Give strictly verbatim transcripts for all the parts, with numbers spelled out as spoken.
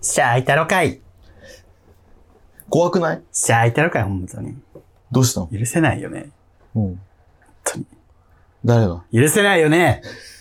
シャーいたろかい。 怖くない？ シャーいたろかい、本当に。 どうしたの？ 許せないよね。 うん。 本当に。 誰が？ 許せないよね。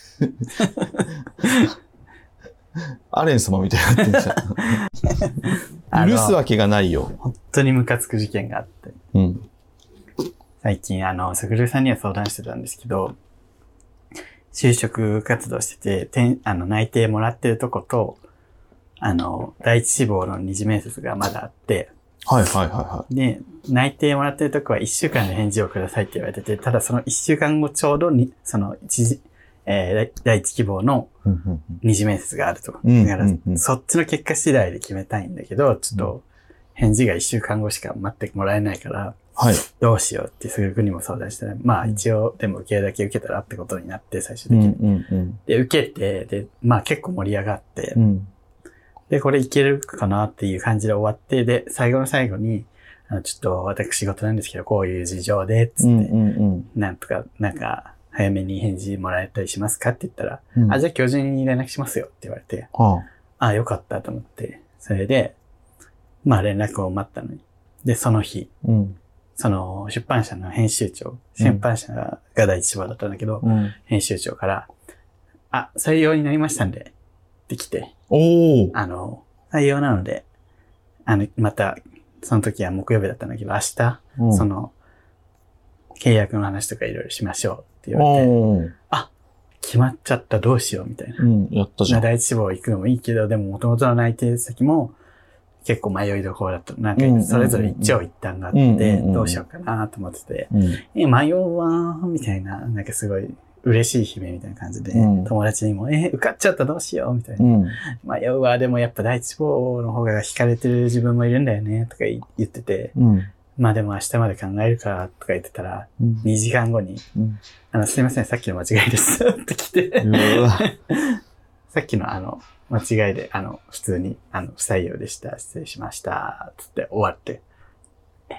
アレン様みたいになってんじゃん。許すわけがないよ。 本当にムカつく事件があって。 うん。 最近、あの、すぐるさんには相談してたんですけど、就職活動してて、てんあの、内定もらってるとこと、あの、第一志望の二次面接がまだあって、 はいはいはいはい。 で、内定もらってるとこは一週間で返事をくださいって言われてて、ただその一週間後ちょうどに、その一次、えー、第一希望の二次面接があると。 うんうん、 だから、そっちの結果次第で決めたいんだけど、ちょっと、返事が一週間後しか待ってもらえないから、 はい。 どうしようってすぐるくんにも相談してね。まあ一応、でも受けるだけ受けたらってことになって、最終的に。 うんうんうん、 で、受けて、で、まあ結構盛り上がって、 うん、 で、これいけるかなっていう感じで終わって、で、最後の最後に、あの、ちょっと私仕事なんですけど、こういう事情で、つって、うんうんうん、なんとか、なんか、早めに返事もらえたりしますかって言ったら、うん、あ、じゃあ今日中に連絡しますよって言われて、ああ、よかったと思って、それで、まあ連絡を待ったのに。で、その日、うん、その出版社の編集長、出版社が第一志望だったんだけど、うん、編集長から、あ、採用になりましたんで、って来て、 おー。 あの、採用なので、あの、また、その時は木曜日だったんだけど、明日、うん、その、契約の話とかいろいろしましょうって言われて、あ、決まっちゃった、どうしようみたいな。 うん、やったじゃん。 第一志望行くのもいいけど、でも元々の内定先も結構迷いどころだった。なんか、それぞれ一長一短があって、どうしようかなと思ってて、うん、え、迷うわー、みたいな、なんかすごい嬉しい悲鳴みたいな感じで、うん、友達にも、え、受かっちゃったどうしようみたいな。うん、迷うわ、でもやっぱ第一志望の方が惹かれてる自分もいるんだよね、とか言ってて、うん、まあでも明日まで考えるか、とか言ってたら、うん、にじかんごに、うん、あの、すいません、さっきの間違いです、って来て、さっきのあの、間違いで、あの、普通に、あの、不採用でした。失礼しました。つって終わって。え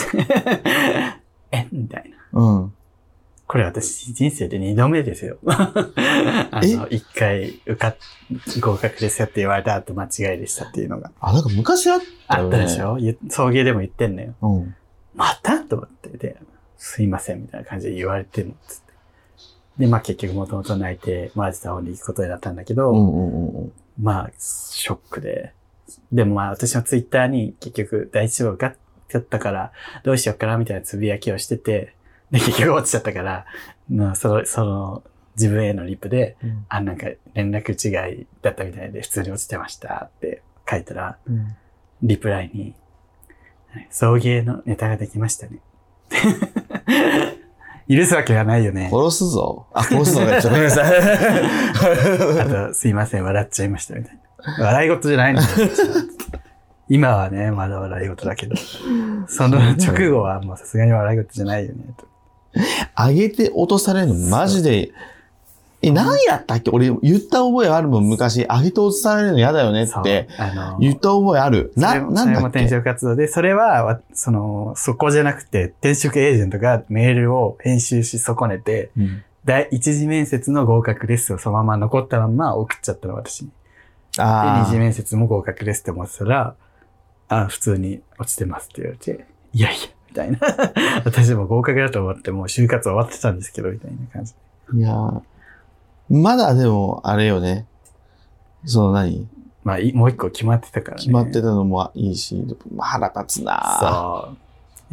えみたいな。うん。これ私、人生で二度目ですよ。あの、一回、受かっ、合格ですよって言われた後間違いでしたっていうのが。 あ、なんか昔あったよね。 あったでしょ？送迎でも言ってんのよ。うん。またと思って。で、すいませんみたいな感じで言われても、つって。で、まあ結局もともと泣いて、マージさんに行くことになったんだけど、うんうんうん、まあ、ショックで。でもまあ私のツイッターに結局第一志望受かったから、どうしようかなみたいなつぶやきをしてて、で、結局落ちちゃったから、まあ、その、その、自分へのリプで、うん、あ、なんか連絡違いだったみたいで普通に落ちてましたって書いたら、うん、リプライに、送迎のネタができましたね。許すわけがないよね。 殺すぞ。あ、殺すぞね。ちょっとごめんなさい。 あと、すいません、笑っちゃいましたみたいな。笑い事じゃないの。今はね、まだ笑い事だけど。その直後はもうさすがに笑い事じゃないよね。 上げて落とされるのマジで、え、何やったっけ？俺言った覚えあるもん、昔。上げて落とされるの嫌だよねって、言った覚えある。 な、なんだっけ？それも転職活動で、それは、その、そこじゃなくて、転職エージェントがメールを編集し損ねて、うん、第一次面接の合格ですをそのまま残ったまま送っちゃったの、私に。あで、二次面接も合格ですって思ってたら、あ、普通に落ちてますって言われて、いやいや、みたいな。私も合格だと思って、もう就活終わってたんですけど、みたいな感じ。 いやー。まだでも、あれよね。その何まあ、もう一個決まってたからね。 決まってたのもいいし、腹立つなそう。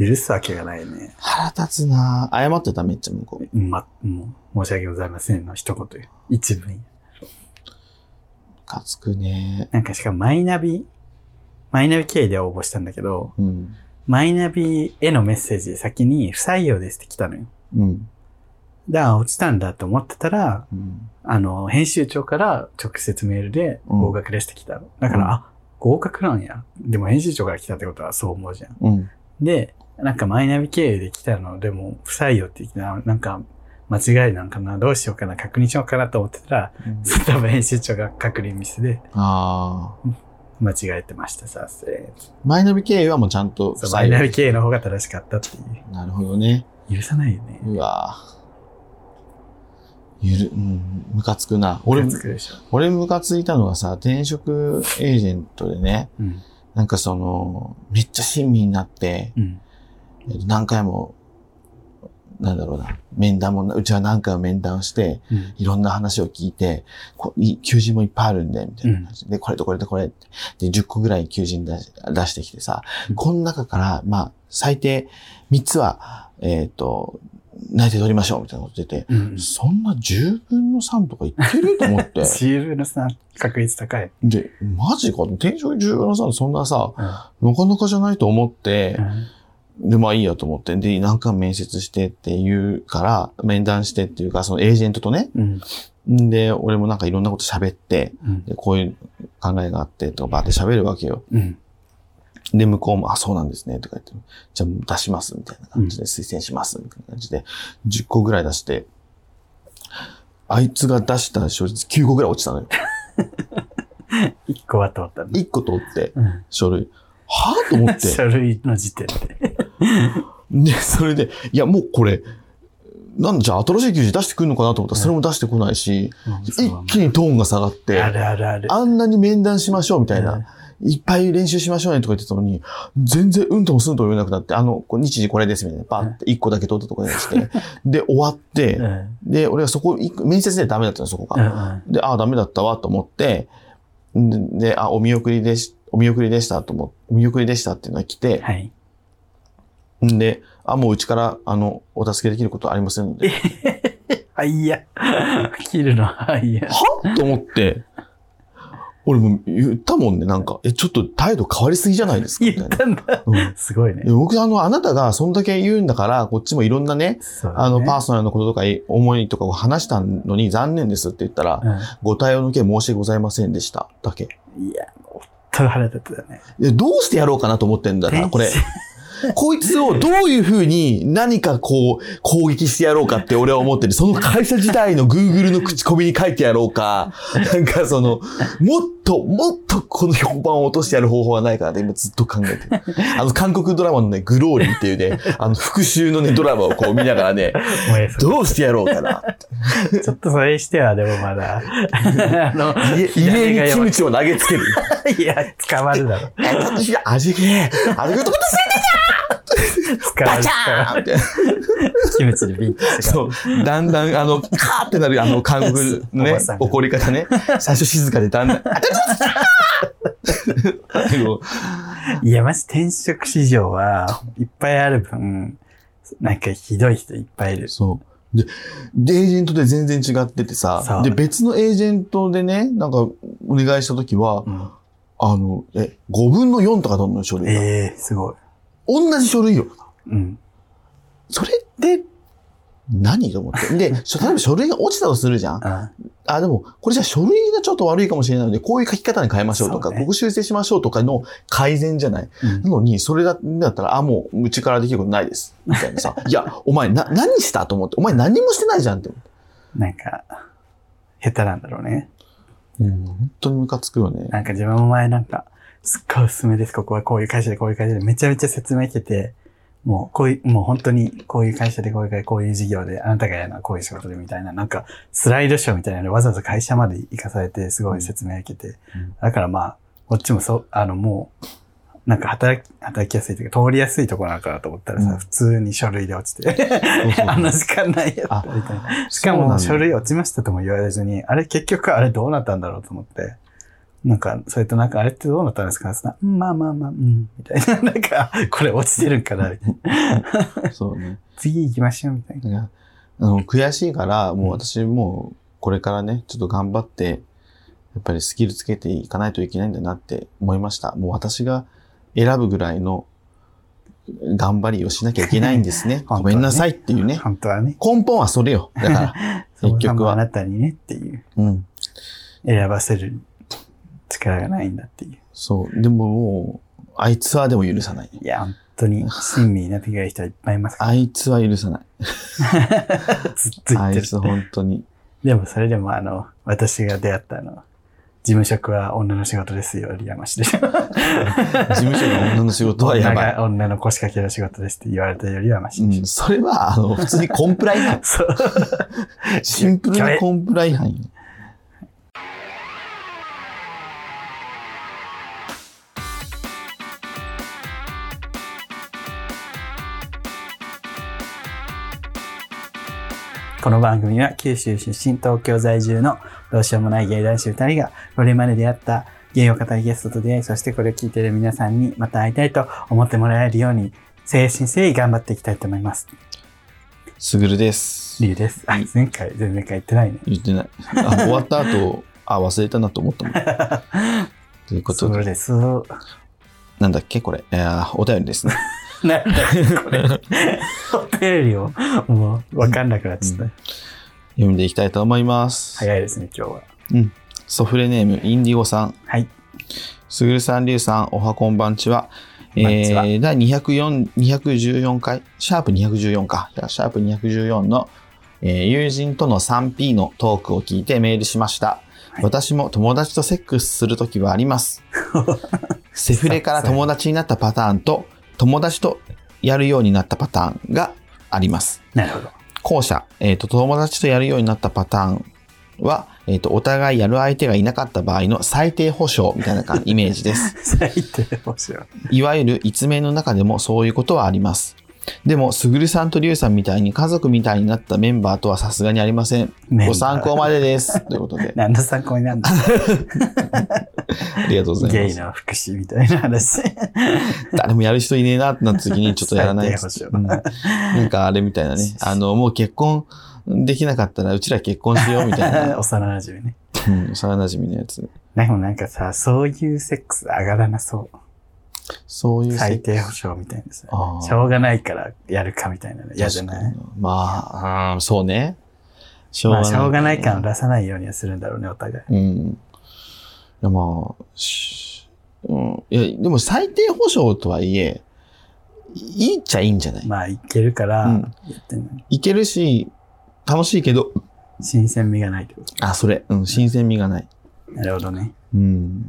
許すわけがないね。 腹立つな謝ってためっちゃ向こう。ま、もう、申し訳ございませんの一言よ。一文。ムカつくね。 なんかしかもマイナビマイナビ経由で応募したんだけど、うん、マイナビへのメッセージで先に不採用ですって来たのよ。うん。だから落ちたんだと思ってたら、うん、あの、編集長から直接メールで合格ですって来たの。うん、だから、うん、あ、合格なんや。でも編集長から来たってことはそう思うじゃん。うん、で、なんかマイナビ経由で来たの、でも不採用って来たなんか間違いなんかな、どうしようかな、確認しようかなと思ってたら、うん、多分編集長が確認ミスで、あ間違えてましたさ、 マイナビ経由はもうちゃんと不採用。マイナビ経由の方が正しかったっていう。 なるほどね。 許さないよね。 うわゆる、うん、ムカつくな。俺、俺ムカついたのはさ、転職エージェントでね、うん、なんかその、めっちゃ親身になって、うん、何回も、なんだろうな、面談も、うちは何回も面談して、うん、いろんな話を聞いて、こ求人もいっぱいあるんで、みたいな感じで、うん、これとこれとこれって、で、じゅっこぐらい求人出し、出してきてさ、うん、この中から、まあ、最低みっつは、えっと、内定取りましょうみたいなこと言ってて、うん、そんなじゅうぶんのさんとかいけると思って。 じゅうぶんのさん確率高い。 で、マジか転職じゅうぶんのさんそんなさ、うん、なかなかじゃないと思って、うん、で、まあいいやと思って、で、何回も面接してって言うから、面談してっていうか、そのエージェントとね、うん、で、俺もなんかいろんなこと喋って、うん、でこういう考えがあってとかバーって喋るわけよ。うんで、向こうも、あ、そうなんですね、とか言って、じゃあ出します、みたいな感じで、推薦します、みたいな感じで、じゅっこぐらい出して、あいつが出した書類きゅうこぐらい落ちたのよ。 いっこは通ったね。いっこ通って、うん、書類。はぁと思って。 書類の時点で。 で、それで、いや、もうこれ、なんじゃあ新しい求人出してくるのかなと思ったら、それも出してこないし、うん、一気にトーンが下がって、 あるあるある。 あんなに面談しましょう、みたいな。うんいっぱい練習しましょうねとか言ってたのに、全然うんともすんとも言えなくなって、あの、日時これですみたいな、パーっていっこだけ取ったところにして、で、終わって、で、俺はそこ、面接でダメだったの、そこが。で、ああ、ダメだったわと思って、で、あ、お見送りでし、お見送りでしたと思って、お見送りでしたっていうのが来て、はい。んで、あ、もううちから、あの、お助けできることはありませんので。 はい、いや。切るの、はい、いや。 はと思って、俺も言ったもんね、なんか、え、ちょっと態度変わりすぎじゃないですかみたいな。 言ったんだ。うん、すごいね。 僕、あの、あなたがそんだけ言うんだから、こっちもいろんなね、ねあの、パーソナルのこととか、思いとかを話したのに残念ですって言ったら、うん、ご対応の件申し訳ございませんでした。だけ。 いや、ほんと腹立ってたね。 どうしてやろうかなと思ってんだから、これ。こいつをどういう風に何かこう攻撃してやろうかって俺は思ってる。その会社自体の Google の口コミに書いてやろうか。なんかその、もっと、もっとこの評判を落としてやる方法はないかなって今ずっと考えてる。あの韓国ドラマのね、グローリーっていうね、あの復讐のね、ドラマをこう見ながらね、どうしてやろうかな。 ちょっとそれしてはでもまだ、あの、 家にキムチを投げつける。 いや、捕まるだろ。 私が味気ねえ。あれがとことしてんだじゃんバチャーンって。キムチでビンってしてそう。だんだん、あの、カーってなる、あの、韓国のね、怒り方ね。最初静かでだんだん、 いや、まじ転職市場はいっぱいある分、なんかひどい人いっぱいいる。 そう。で、でエージェントで全然違っててさ、で、別のエージェントでね、なんか、お願いしたときは、うん、あの、え、ごぶんのよんとかどんどん書類が。 ええー、すごい。 同じ書類よ。 うん。 それって、何と思って。で、例えば書類が落ちたとするじゃん。あ, あ、でも、これじゃ書類がちょっと悪いかもしれないので、こういう書き方に変えましょうとか、うね、ここ修正しましょうとかの改善じゃない。うん、なのに、それだったら、あ、もう、うちからできることないです。みたいなさ。いや、お前、な、何したと思って。お前何もしてないじゃんって思って。 なんか、下手なんだろうね。 うん、本当にムカつくよね。 なんか自分も前なんか、すっごいおすすめです。ここはこういう会社でこういう会社でめちゃめちゃ説明してて、もうこういう、もう本当にこういう会社でこういう会社、こういう事業であなたがやるのはこういう仕事でみたいな、なんかスライドショーみたいなのでわざわざ会社まで行かされてすごい説明受けて、うん、だからまあ、こっちもそう、あのもう、なんか働き、働きやすいというか通りやすいところなのかなと思ったらさ、うん、普通に書類で落ちて、あの時間ないやったみたいな。しかも書類落ちましたとも言われずに、あれ結局あれどうなったんだろうと思って。なんか、それとなんか、あれってどうなったんですかうん、まあまあまあ、うん、みたいな。なんか、これ落ちてるんかなみたいな。 そうね。 次行きましょう、みたいな。いや、 あの、悔しいから、もう私もう、これからね、ちょっと頑張って、やっぱりスキルつけていかないといけないんだなって思いました。もう私が選ぶぐらいの頑張りをしなきゃいけないんですね。ねごめんなさいっていうね。 本当はね。 根本はそれよ。だから、結局は。 あなたにねっていう。 うん。 選ばせる。力がないんだっていう。 そう。でももう、あいつはでも許さない。 いや、本当に、親身になってくれる人はいっぱいいますから。 あいつは許さない。 ずっと言ってる。 あいつ本当に。 でもそれでもあの、私が出会ったの、 事務職は女の仕事ですよりやましでしょ。 事務所が女の仕事はやばい。 女が女の腰掛けの仕事ですって言われたよりはましでしょ。 うん、それは、あの、普通にコンプライ違反。 そう。 シンプルなコンプライ違反よ。 この番組は九州出身、東京在住のどうしようもない芸男子二人がこれまで出会った芸を語りゲストと出会い、そしてこれを聞いている皆さんにまた会いたいと思ってもらえるように誠心誠意頑張っていきたいと思います。 すぐるです。 りゅうです。あ、前回、前々回言ってないね。 言ってない。あ、終わった後、あ、忘れたなと思ったもん。ということで。 そうです。 なんだっけこれ。いやお便りですね。 なんだっけこれ。お便りを、もう、わかんなくなっちゃった、うん。 読んでいきたいと思います。 早いですね、今日は。 うん。ソフレネーム、インディゴさん。 はい。 すぐるさん、りゅうさん、おはこんばんちは。えー、だいにひゃくよん、にひゃくじゅうよんかい、シャープにひゃくじゅうよんか。シャープにひゃくじゅうよんの、えー、友人との スリーピー のトークを聞いてメールしました。はい、私も友達とセックスするときはあります。セフレから友達になったパターンと、友達とやるようになったパターンがあります。 なるほど。 後者、えっと、友達とやるようになったパターンは、えっと、お互いやる相手がいなかった場合の最低保障みたいなイメージです。 最低保障。 いわゆる一面の中でもそういうことはあります。でも、すぐるさんとりゅうさんみたいに家族みたいになったメンバーとはさすがにありません。ご参考までです。ということで。 何の参考になるんだありがとうございます。 ゲイの福祉みたいな話。 誰もやる人いねえなってなった時にちょっとやらないです。うん、なんかあれみたいなね。あの、もう結婚できなかったらうちら結婚しようみたいな。 幼馴染ね。 うん、幼馴染のやつ。 でもなんかさ、そういうセックス上がらなそう。 そういう最低保障みたいなさ。しょうがないからやるかみたいなの嫌じゃない？ まあ、そうね。 しょうがない。まあ、しょうがない感を出さないようにはするんだろうね、お互い。 うん。いや、まあ、しうん。いや、でも最低保障とはいえ、いいっちゃいいんじゃない？ まあ、いけるから、うん、 いけるし、楽しいけど。 新鮮味がないってこと？ あ、それ。うん、新鮮味がない。 なるほどね。 うん。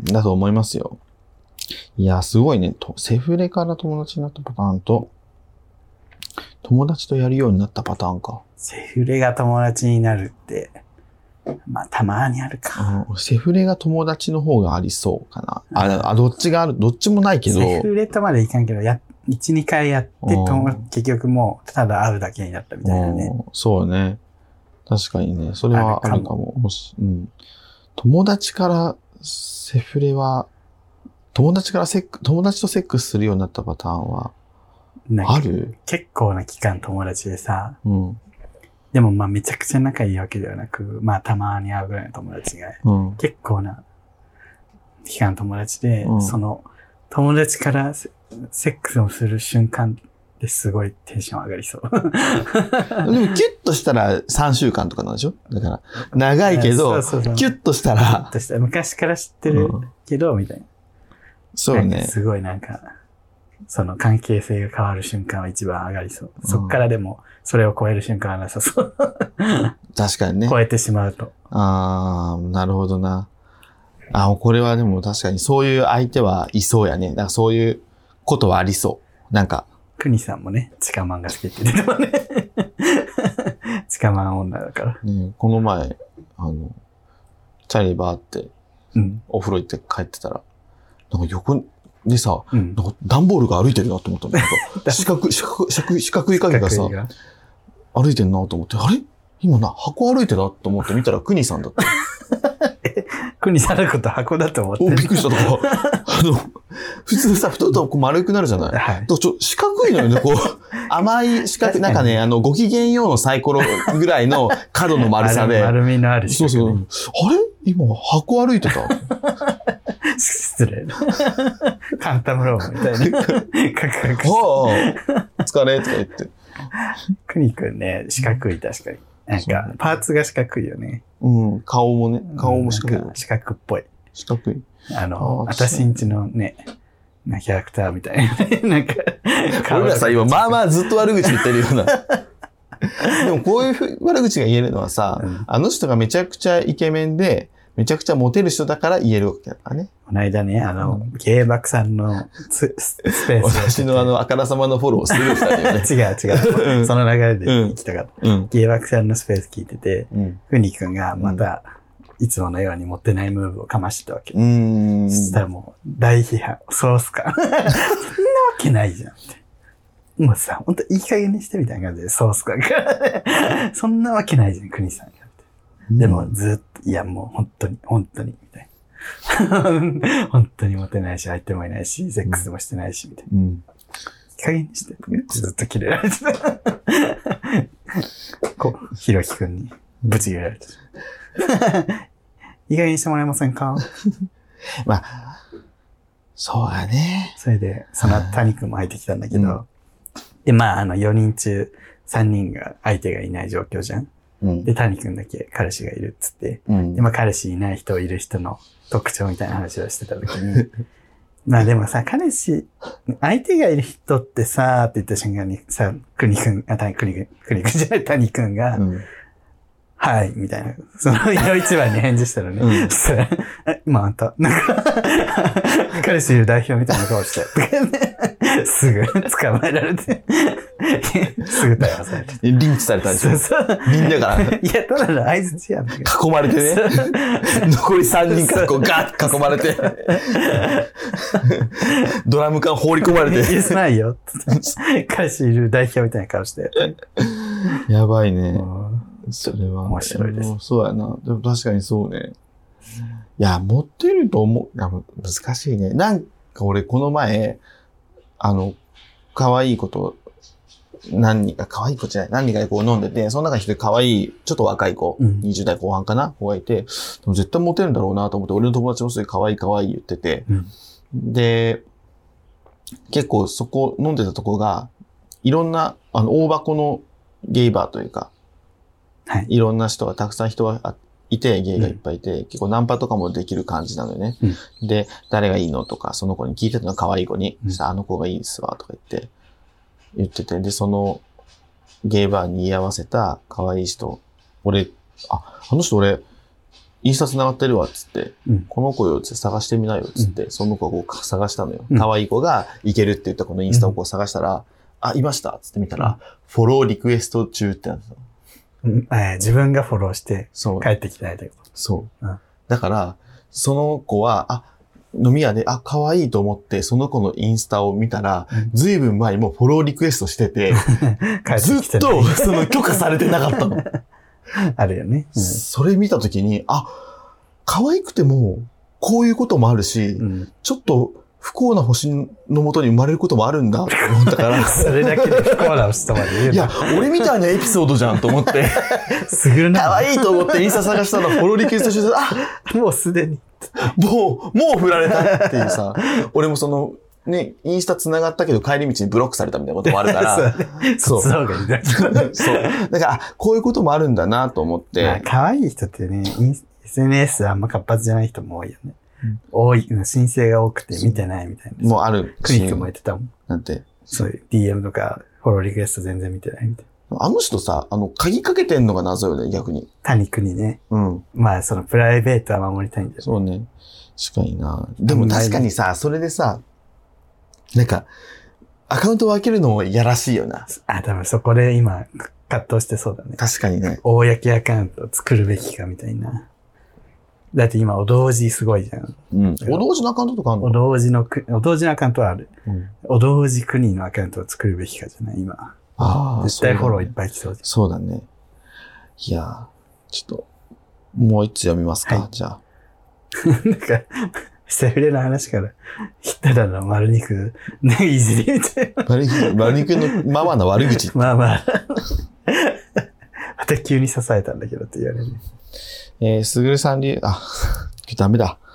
だと思いますよ。いや、すごいね。セフレから友達になったパターンと、友達とやるようになったパターンか。 セフレが友達になるって、まあ、たまにあるか。 うん、セフレが友達の方がありそうかな。あ、あどっちがある、どっちもないけど。 セフレとまでいかんけど、や、一、二回やって、結局もう、ただ会うだけになったみたいなね。 そうね。確かにね。それはあるかも。もし、うん。友達からセフレは、友達からセック、友達とセックスするようになったパターンは、ある？ 結構な期間友達でさ、 うん、 でもまあめちゃくちゃ仲いいわけではなく、まあたまに会うぐらいの友達が、うん、結構な期間友達で、うん、その友達からセックスをする瞬間ですごいテンション上がりそう。でもキュッとしたらさんしゅうかんとかなんでしょ？だから長いけど、そうそうそうキュッとしたら。キュッとしたら昔から知ってるけど、うん、みたいな。 そうね。 すごいなんか、その関係性が変わる瞬間は一番上がりそう。うん、そっからでも、それを超える瞬間はなさそう。 確かにね。 超えてしまうと。 あー、なるほどな。あ、これはでも確かにそういう相手はいそうやね。だからそういうことはありそう。なんか。 クニさんもね、チカマンが好きって言ってたもんね。チカマン女だから。 ね、この前、あの、チャリバーって、うん、お風呂行って帰ってたら、なんか横でさ、うん、なんか段ボールが歩いてるなと思ったんだけど、四角、四角、四角、四角い影がさ、歩いてんなと思って、あれ今な、箱歩いてたと思って見たらクニさんだった。 え、クニさんのこと箱だと思って。 お、びっくりしたとか。あの、普通さ、太るとこう丸くなるじゃない、はい、ちょ四角いのよね、こう、甘い四角い、なんかね、あの、ご機嫌ようのサイコロぐらいの角の丸さで。 丸みのある四角い。そうそう。あれ今、箱歩いてた失礼な。カンタムロームみたいな。カクカク。 おー疲れとか言って。 クニくんね、四角い確かに。なんか、パーツが四角いよね。 うん、顔もね、顔も四角い。 四角っぽい。 四角い。 あの、私んちのね、なキャラクターみたいなね。なんか、 俺らさ、今、まあまあずっと悪口言ってるような。でもこういう悪口が言えるのはさ、うん、あの人がめちゃくちゃイケメンで、 めちゃくちゃモテる人だから言えるわけだからね。 この間ね、あの、芸爆さんのススペース。 私のあの、あからさまのフォローをするしたよね。 違う違う。その流れで行きたかった。 うん、 芸爆さんのスペース聞いてて、 うん、 ふにくんがまた、いつものように持ってないムーブをかましてたわけ。 うーん。 そしたらもう、大批判。そうっすか。そんなわけないじゃんって。もうさ、ほんといい加減にしてみたいな感じで、そうっすか。そんなわけないじゃん、国さんが。でも、ずっと、いや、もう本当に、本当に、みたいな。本当にモテないし、相手もいないし、セックスもしてないし、みたいな。うん。いい加減にして、ずっとキレられてた。こう、ひろきくんに、ぶち切れられてた。いい加減にしてもらえませんか？ まあ、そうだね。 それで、その谷くんも入ってきたんだけど、うん、で、まあ、あの、よにん中さんにんが相手がいない状況じゃん。うん、で、谷くんだけ彼氏がいるっつって、うん、で、まあ彼氏いない人いる人の特徴みたいな話をしてた時に、まあでもさ、彼氏、相手がいる人ってさーって言った瞬間にさ、国くん、あ、谷くん、国くんじゃない谷くんが、うん、はい、みたいな。その、色一番に返事したらね。うん、そしたら、え、今あんた、なんか、彼氏いる代表みたいな顔して、すぐ捕まえられて、すぐ逮捕されて。 リンチされたんですよ。そうそう。みんなが。 いや、ただの合図やん。 囲まれてね。残りさんにんからこうガーッと囲まれて。ドラム缶放り込まれて。 許せないよ。彼氏いる代表みたいな顔して。 やばいね。それは。 面白いです。 そうやな。でも確かにそうね。いや、持ってると思う。いや難しいね。なんか俺この前、あの、可愛い子と、何人か、可愛い子じゃない、何人かでこう飲んでて、その中に一人可愛い、ちょっと若い子、うん、にじゅう代後半かな子がいて、でも絶対モテるんだろうなと思って、俺の友達もすごい可愛い可愛い言ってて、うん、で、結構そこ飲んでたとこが、いろんな、あの、大箱のゲイバーというか、はい。いろんな人が、たくさん人がいて、ゲイがいっぱいいて、うん、結構ナンパとかもできる感じなのよね。うん、で、誰がいいのとか、その子に聞いてたの可愛い子に、うん、さあ、あの子がいいですわ、とか言って、言ってて、で、その、ゲイバーに居合わせた可愛い人、俺、あ、あの人俺、インスタ繋がってるわ、つって、うん、この子よ、つって探してみなよ、つって、うん、その子をこう探したのよ。うん、可愛い子がいけるって言ったこのインスタをこう探したら、うん、あ、いました、つって見たら、うん、フォローリクエスト中ってなってたの。 うんえー、自分がフォローして、帰ってきてないということ。 そう。うん、だから、その子は、あ、飲み屋で、あ、可愛いと思って、その子のインスタを見たら、うん、ずいぶん前にもうフォローリクエストしてて、ずっとその許可されてなかったの。 あるよね、 うん。それ見たときに、あ、可愛くても、こういうこともあるし、うん、ちょっと不幸な星のもとに生まれることもあるんだって思ったから。 それだけで不幸な星とまで言うの。 いや、俺みたいなエピソードじゃんと思って。 すぐるな。 可愛いと思ってインスタ探したの、フォローリクエストしてた。 あ、もうすでに。 もう、もう振られたっていうさ、俺もその、ね、インスタ繋がったけど帰り道にブロックされたみたいなこともあるから。 そう。そう。そう。 そう。だから、こういうこともあるんだなと思って。まあ、 可愛い人ってね、エスエヌエス あんま活発じゃない人も多いよね。うん、多い、申請が多くて見てないみたいな。 もうある。 クリックも言ってたもん。 なんて。 そういう ディーエム とか、フォローリクエスト全然見てないみたいな。 あの人さ、あの、鍵かけてんのが謎よね、逆に。 谷国ね。うん。まあ、そのプライベートは守りたいんだよね。 そうね。確かにな。でも確かにさ、それでさ、なんか、アカウント分けるのもいやらしいよな。 あ、多分そこで今、葛藤してそうだね。 確かにね。 公アカウントを作るべきかみたいな。だって今、お同時すごいじゃん。 うん。お同時のアカウントとかあるの？ お同時の、お同時のアカウントはある。うん、お同時国のアカウントを作るべきかじゃない今。ああ。絶対フォローいっぱい来そうじゃん。 そうだね。いやー、ちょっと、もう一つ読みますか、はい、じゃあ。 なんか、セフレの話から、ただの丸肉、ね、いじりみたいな。 丸肉、丸肉のママの悪口。 まあまあ。また急に支えたんだけどって言われる。 えー、すぐるさん流、あ、ダメだ。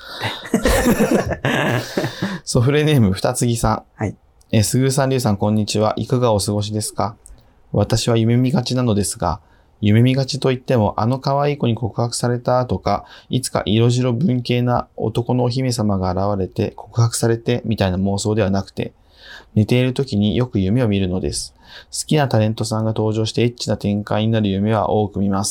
ソフレネーム、ふたつぎさん。 はい。 えー、すぐるさん流さん、こんにちは。いかがお過ごしですか？私は夢見がちなのですが、夢見がちといっても、あの可愛い子に告白されたとか、いつか色白文系な男のお姫様が現れて告白されてみたいな妄想ではなくて、寝ている時によく夢を見るのです。好きなタレントさんが登場してエッチな展開になる夢は多く見ます。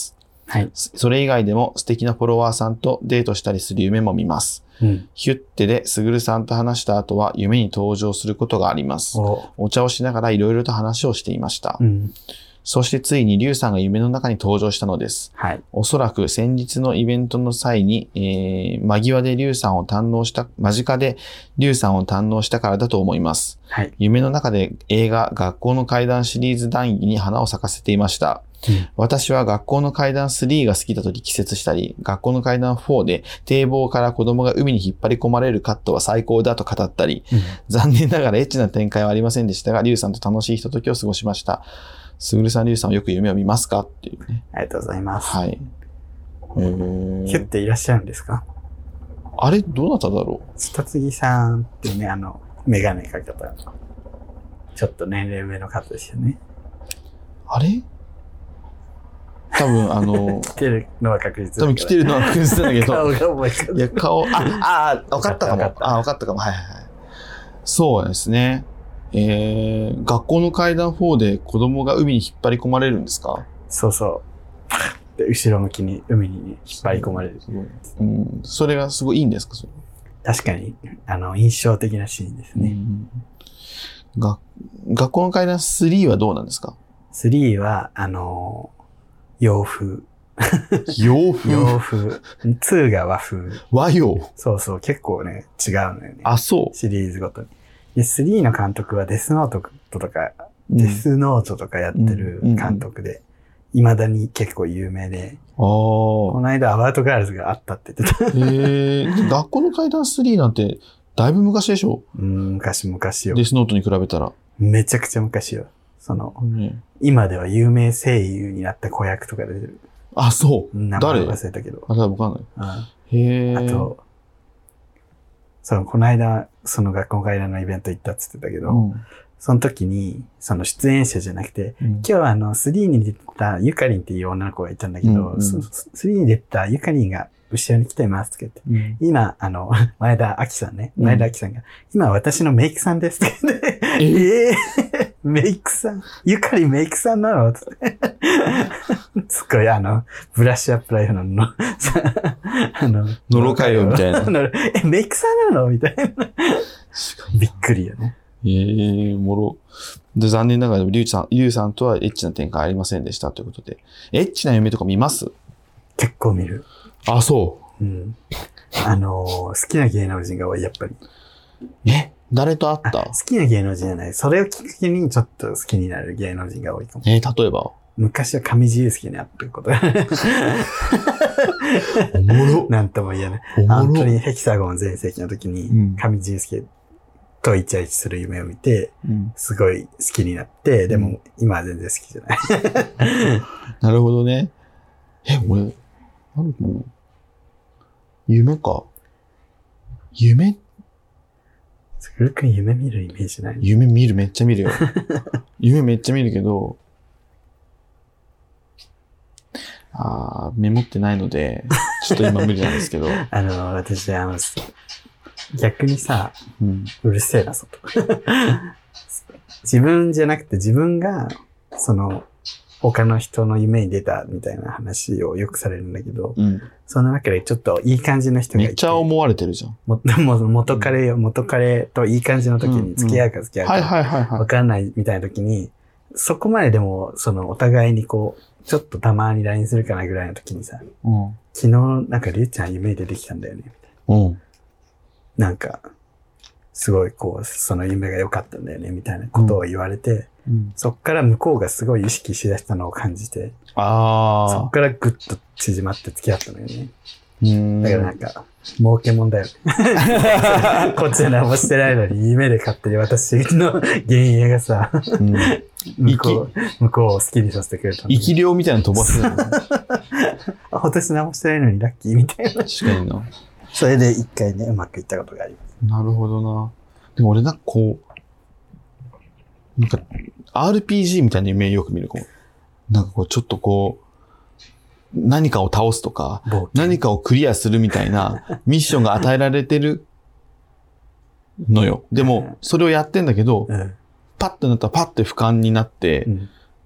はい。 それ以外でも素敵なフォロワーさんとデートしたりする夢も見ます。うん、ヒュッテでスグルさんと話した後は夢に登場することがあります。お, お茶をしながらいろいろと話をしていました。うん、そしてついにリュウさんが夢の中に登場したのです。はい、おそらく先日のイベントの際に、えー、間際でリュウさんを堪能した、間近でリュウさんを堪能したからだと思います。はい、夢の中で映画学校の怪談シリーズ談義に花を咲かせていました。うん、私は学校の怪談スリーが好きだと力説したり、学校の怪談フォーで堤防から子供が海に引っ張り込まれるカットは最高だと語ったり、うん、残念ながらエッチな展開はありませんでしたが、リュウさんと楽しいひとときを過ごしました。すぐるさん、リュウさんはよく夢を見ますかっていうね。 ありがとうございます。 はい。 えー、ヒュッていらっしゃるんですか？ あれどうなっただろう？ 下継さんってね、あの、メガネかけた、ちょっと年齢上の方ですよね。 あれ多分あの、 来てるのは確実だけど。多分来てるのは確実なんだけど。 顔が思い浮かいや、顔、あ、あ、わかったかも。あ、わかったかも。はいはいはい。そうですね。えー、学校の怪談フォーで子供が海に引っ張り込まれるんですか？ そうそう。で、後ろ向きに海に引っ張り込まれる。 すごい。うん。それがすごいいいんですか？それ確かに、あの、印象的なシーンですね。 うん、が学校の怪談スリーはどうなんですか？ スリーは、あの、洋風。 洋風洋風。ツーが和風。 和洋。 そうそう、結構ね、違うのよね。 あ、そう。 シリーズごとに。で、スリーの監督はデスノートとか、うん、デスノートとかやってる監督で、未だに結構有名で、あこの間アバウトガールズがあったって言ってた。 へー。学校の怪談スリーなんて、だいぶ昔でしょ？ うん、昔昔よ。 デスノートに比べたら。 めちゃくちゃ昔よ。その、ね、今では有名声優になった子役とか出てる。 あ、そう。 名前忘れたけど。 あ、わかんない。 うん、 へー。 あと、その、この間、その学校の怪談のイベント行ったって言ってたけど、うん、その時に、その出演者じゃなくて、うん、今日はあの、スリーに出てたユカリンっていう女の子がいたんだけど、うんうん、スリーに出てたユカリンが後ろに来てますって言って、うん、今、あの、前田明さんね、前田明さんが、うん、今私のメイクさんですって言って、えー、メイクさんゆかりメイクさんなのってすっごいあの、ブラッシュアップライフのの、あの、 のろかよみたいな。 え、メイクさんなのみたいな。びっくりよね。 ええー、もろ。で、残念ながら、リュウさん、リュウさんとはエッチな展開ありませんでしたということで。エッチな夢とか見ます？ 結構見る。 あ、そう。 うん。あのー、好きな芸能人が多い、やっぱり。 え誰と会った？ 好きな芸能人じゃない。それをきっかけにちょっと好きになる芸能人が多いかも。 えー、例えば昔は上地雄介に会ってることが。 おもろ。 なんとも言えない。本当にヘキサゴン全盛期の時に、上地雄介とイチャイチする夢を見て、うん、すごい好きになって、でも今は全然好きじゃない。 なるほどね。え、俺、なんかもう、夢か。夢すぐるくん夢見るイメージない？ 夢見る、めっちゃ見るよ。夢めっちゃ見るけど、あー、メモってないので、ちょっと今無理なんですけど。 あの、私、あの、逆にさ、うん、うるせえな、外。自分じゃなくて自分が、その、他の人の夢に出たみたいな話をよくされるんだけど、うん、その中でちょっといい感じの人がいて。 めっちゃ思われてるじゃん。 も、も元彼よ、元彼といい感じの時に付き合うか付き合うか、 はいはいはいはい。 わかんないみたいな時に、そこまででも、そのお互いにこう、ちょっとたまに ライン するかなぐらいの時にさ、うん、昨日なんかりゅうちゃん夢に出てきたんだよね、みたいな。うん、なんか、すごいこう、その夢が良かったんだよね、みたいなことを言われて、うん、そっから向こうがすごい意識しだしたのを感じて、あそっからぐっと縮まって付き合ったのよね。うんだからなんか、儲けもんだよね。こっちは何もしてないのに、夢で勝手に私の幻影がさ、うん、向こう、向こうを好きにさせてくれた。 生き量みたいなの飛ばす、ね。 あ、私何もしてないのにラッキーみたいな。 確かにな。 それで一回ね、うまくいったことがあります。 なるほどな。でも俺なんかこう、なんか アールピージー みたいな夢よく見るかも。なんかこうちょっとこう、何かを倒すとか、何かをクリアするみたいなミッションが与えられてるのよ。でも、それをやってんだけど、うん、パッとなったらパッて俯瞰になって、うん、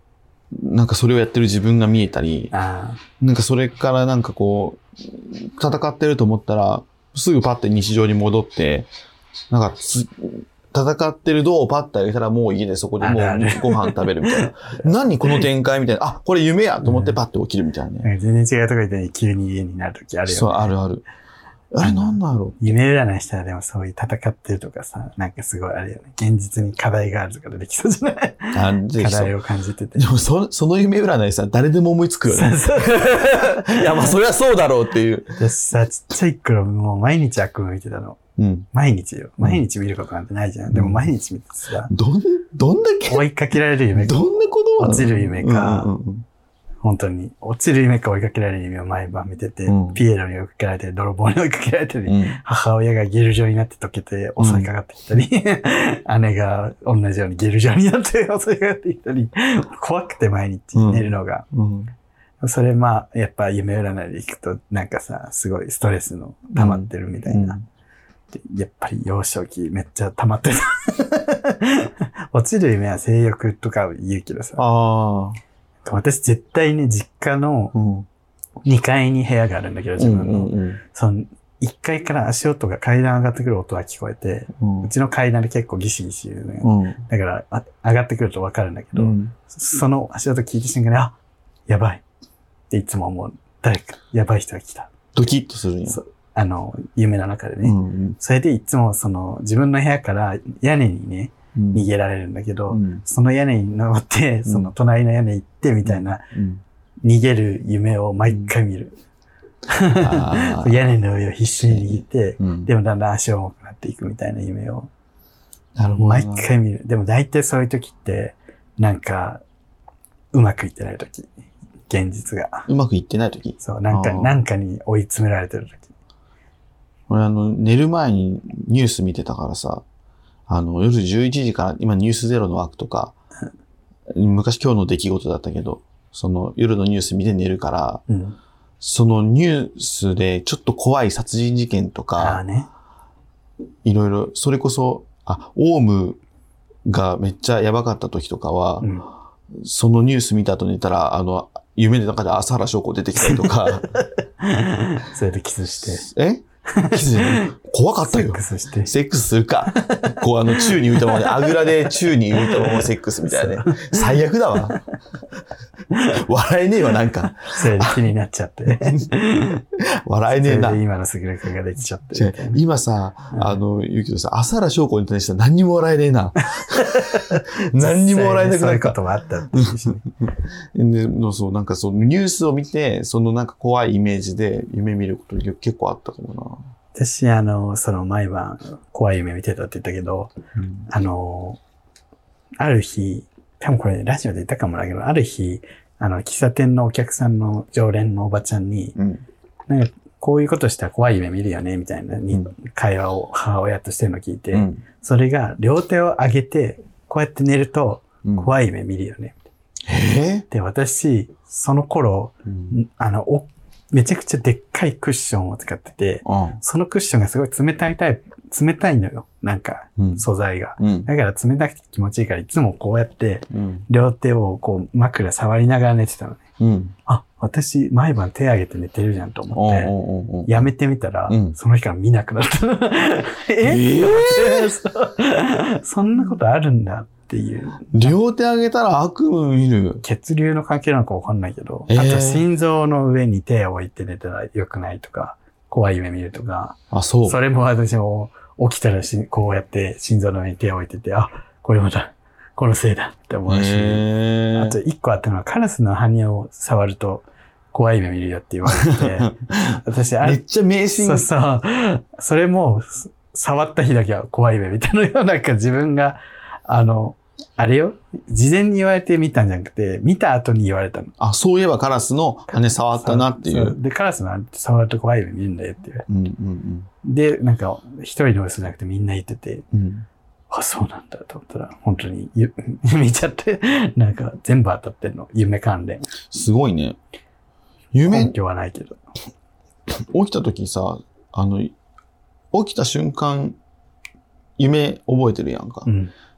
なんかそれをやってる自分が見えたり、 あなんかそれからなんかこう、戦ってると思ったら、すぐパッて日常に戻って、なんかつ、戦ってる銅をパッてあげたらもう家でそこでもうご飯食べるみたいな。何この展開みたいな。あ、これ夢やと思ってパッて起きるみたいなね。 全然違うとこ行って急に家になるときあるよね。 そう、あるある。あれなんだろう。 夢占いしたらでもそういう戦ってるとかさ、なんかすごいあれよね。現実に課題があるとかできそうじゃないあ課題を感じてて。 でもそ、その夢占いさ、誰でも思いつくよね。そうそういや、まあそりゃそうだろうっていう。 私さ、ちっちゃい頃もう毎日悪夢見てたの。うん。毎日よ。毎日見ることなんてないじゃん。うん、でも毎日見てさ。 どん、どんだけ追いかけられる夢か。 どんなこと落ちる夢か。うんうんうん、本当に。落ちる夢か追いかけられる夢を毎晩見てて、うん、ピエロに追いかけられて、泥棒に追いかけられて、うん、母親がゲル状になって溶けて襲いかかってきたり、うん、姉が同じようにゲル状になって襲いかかってきたり、怖くて毎日寝るのが。うんうん、それまあ、やっぱ夢占いで行くと、なんかさ、すごいストレスの溜まってるみたいな。うんうん、やっぱり幼少期めっちゃ溜まってる。落ちる夢は性欲とか言うけどさ。あ私絶対ね、実家のにかいに部屋があるんだけど、自分の。うんうんうん、そのいっかいから足音が階段上がってくる音が聞こえて、うん、うちの階段で結構ギシギシ言うのよ。うん、だからあ、上がってくるとわかるんだけど、うん、その足音聞いた瞬間に、あ、やばいっていつも思う。誰か、やばい人が来た。 ドキッとするんや。 あの、夢の中でね。うんうん、それでいつもその自分の部屋から屋根にね、逃げられるんだけど、うん、その屋根に登って、その隣の屋根行ってみたいな、うん、逃げる夢を毎回見る。うん、屋根の上を必死に握って、うん、でもだんだん足重くなっていくみたいな夢を。なるほど。毎回見る。でも大体そういう時って、なんか、うまくいってない時。現実が。 うまくいってない時？ そう、なんか、なんかに追い詰められてる時。 俺あの、寝る前にニュース見てたからさ、あの、夜じゅういちじから、今ニュースゼロの枠とか、昔今日の出来事だったけど、その夜のニュース見て寝るから、うん、そのニュースでちょっと怖い殺人事件とか、あね、いろいろ、それこそ、あ、オウムがめっちゃやばかった時とかは、うん、そのニュース見た後寝たら、あの、夢の中で朝原翔子出てきたりとか。 それでキスして。 えキス怖かったよ。 セックスして。 セックスするか。こうあの、宙に浮いたままで、あぐらで宙に浮いたままセックスみたいなね。最悪だわ。笑えねえわ、なんか。 それで気になっちゃって。 笑えねえな。 それで今のすぐるくんができちゃって。 今さ、あの、言うけどさ、朝原翔子に対しては何にも笑えねえな。何にも笑えなくなった。 そういうこともあったっていうしね。 で、そう、なんかそのニュースを見て、そのなんか怖いイメージで夢見ること結構あったかもな。 私、あの、その毎晩怖い夢見てたって言ったけど、うん、あの、ある日、多分これラジオで言ったかもだけど、ある日、あの、喫茶店のお客さんの常連のおばちゃんに、うん、なんかこういうことしたら怖い夢見るよね、みたいなに、うん、会話を母親としてるのを聞いて、うん、それが両手を上げて、こうやって寝ると怖い夢見るよね。 うん、えで、私、その頃、うん、あの、おめちゃくちゃでっかいクッションを使ってて、うん、そのクッションがすごい冷たいタイプ、冷たいのよ。なんか、素材が、うん。だから冷たくて気持ちいいから、いつもこうやって、両手をこう枕触りながら寝てたのね。うん、あ、私、毎晩手上げて寝てるじゃんと思って、やめてみたら、うん、その日から見なくなった。ええー、そんなことあるんだっていう。 両手上げたら悪夢見る。 血流の関係なのかわかんないけど、えー、あと心臓の上に手を置いて寝たら良くないとか、怖い夢見るとか。あ、そう。それも私も起きたらし、こうやって心臓の上に手を置いてて、あ、これまた、このせいだって思うし。えー、あと一個あったのは、カラスの羽を触ると怖い夢見るよって言われて、私あれ。 めっちゃ迷信。 そうそう。それも、触った日だけは怖い夢みたいなよ。なんか自分が、あの、あれよ、事前に言われて見たんじゃなくて、見た後に言われたの。 あ、そういえばカラスの羽触ったなっていう。 そうで、カラスの羽触ると怖い夢見るんだよっていう。うんうんうん、で、なんか、一人の嘘じゃなくてみんな言ってて、うん、あ、そうなんだと思ったら、本当に見ちゃって、なんか全部当たってんの。夢関連。 すごいね。夢。 根拠はないけど。 起きた時さ、あの、起きた瞬間、夢覚えてるやんか。うん、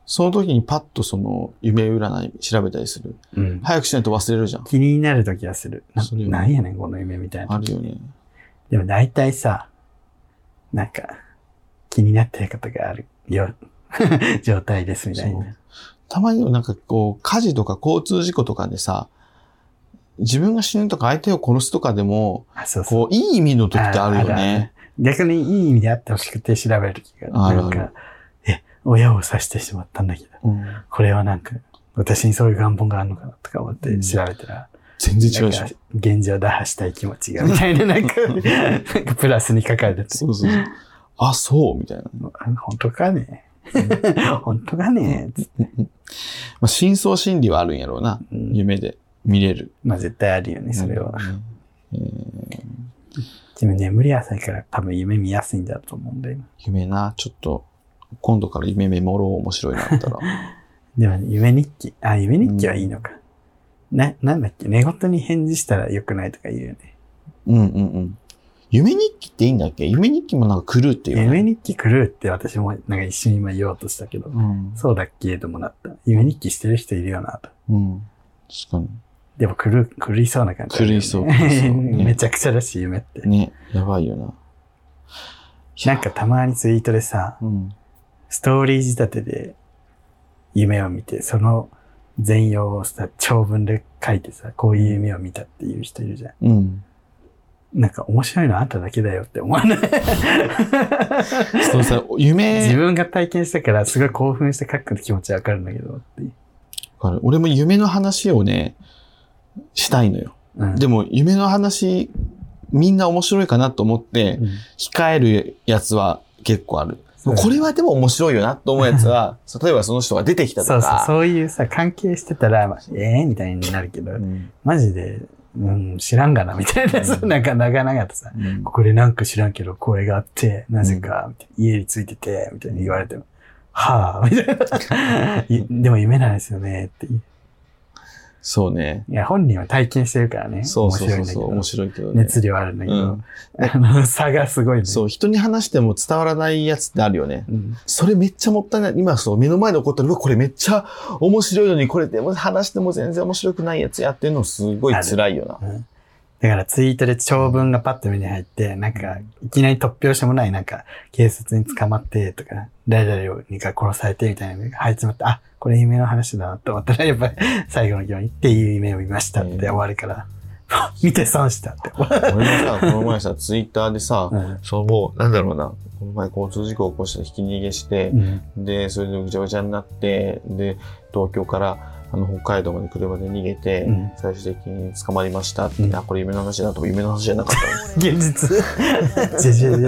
その時にパッとその夢占い調べたりする。うん、早くしないと忘れるじゃん。 気になる時はする。な、なんやねんこの夢みたいな。 あるよね。 でも大体さ、なんか気になってることがあるよ状態ですみたいな。 たまになんかこう火事とか交通事故とかでさ、自分が死ぬとか相手を殺すとかでも、そうそう、こういい意味の時ってあるよね。あるある、 逆にいい意味であってほしくて調べる時がある。なんか、え、親を刺してしまったんだけど、うん、これはなんか、私にそういう願望があるのかなとか思って調べたら、うん、 全然違うでしょ。 現状打破したい気持ちが、みたいな、なんか、なんかプラスに書かれてて。 そうそうそう。あ、そうみたいな。 本当かね本当かねつって。 まあ、深層心理はあるんやろうな。うん、夢で見れる。 まあ絶対あるよね、それは。うんえー、自分眠り浅いから多分夢見やすいんだと思うんだよ。 夢な、ちょっと、今度から夢メモろう面白いなったら。 でも、ね、夢日記。あ、夢日記はいいのか。うん、な、なんだっけ、寝言に返事したら良くないとか言うよね。 うんうんうん。夢日記っていいんだっけ？夢日記もなんか狂うっていう、ね。 夢日記狂うって私もなんか一瞬今言おうとしたけど、うん、そうだっけともなった。夢日記してる人いるよなと。 うん。確かに。 でも狂、狂いそうな感じ、 ね。狂いそう。 ね、めちゃくちゃだし、夢って。 ね、やばいよな。 なんかたまにツイートでさ、うん、ストーリー仕立てで夢を見て、その全容をさ、長文で書いてさ、こういう夢を見たっていう人いるじゃん。うん。なんか面白いのあんただけだよって思わないそうさ、夢。自分が体験したからすごい興奮して書く気持ちわかるんだけどっていう。 俺も夢の話をね、したいのよ。うん、でも夢の話、みんな面白いかなと思って、うん、控えるやつは結構ある。うん、これはでも面白いよなと思うやつは、例えばその人が出てきたとか。 そうそう、そういうさ、関係してたら、ええー、みたいになるけど、うん、マジで、うん、知らんがな、みたいな、うん、なんか長々とさ、うん、これなんか知らんけど、これがあって、なぜか、みたいな家についてて、みたいに言われても、はぁ、みたいな。でも夢なんですよね、っていう。 そうね。 いや、本人は体験してるからね。 そうそうそうそう、面白いけどね。 熱量あるんだけど、うん、あの、差がすごいね。 そう、人に話しても伝わらないやつってあるよね。うん、それめっちゃもったいない。今、そう、目の前で起こったら、これめっちゃ面白いのに、これでも話しても全然面白くないやつやってるのすごい辛いよな。うん、 だからツイートで長文がパッと目に入って、なんか、いきなり突拍子もない、なんか、警察に捕まってとか、誰々にか殺されてみたいなのが入っちまって、あ、これ夢の話だなと思ったら、やっぱり最後の行にっていう夢を見ましたって終わるから、うん、見て損したって。 俺もさ、この前さ、ツイッターでさ、うん、そうもう、なんだろうな、この前交通事故を起こしてひき逃げして、うん、で、それでぐちゃぐちゃになって、で、東京から、あの、北海道まで車で逃げて、うん、最終的に捕まりましたって、うん、あ、これ夢の話だと夢の話じゃなかった現実ジェジェジェ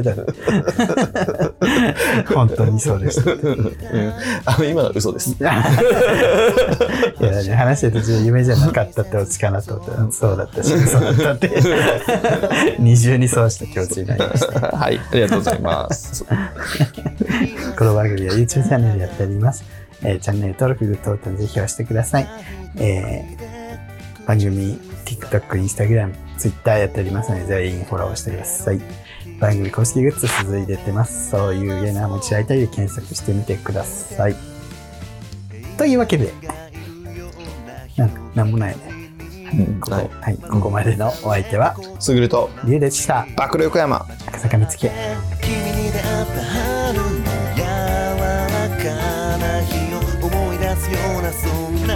だ。本当にそうでした。うん、 あの、今のは嘘です。いや、 ね、話してる途中夢じゃなかったってオチかなと思ったら、そうだったし、そうだったって、二重にそうした気持ちになりました。 はい、ありがとうございます。 この番組は YouTube チャンネルやっております。えー、チャンネル登録、グッドボタンぜひ押してください。えー、番組、TikTok、Instagram、Twitter やっておりますので、全員フォローしてください。番組公式グッズ続いて出ます。そういうゲーナー持ち合いたいで検索してみてください。というわけで、なんか、なんもないね。うん、ここ、はい、はい、ここまでのお相手は、 すぐると、 りゅうでした。 暴露横山、 赤坂見つけ。 君に出会った春の柔らかな日を思い出すようなそんな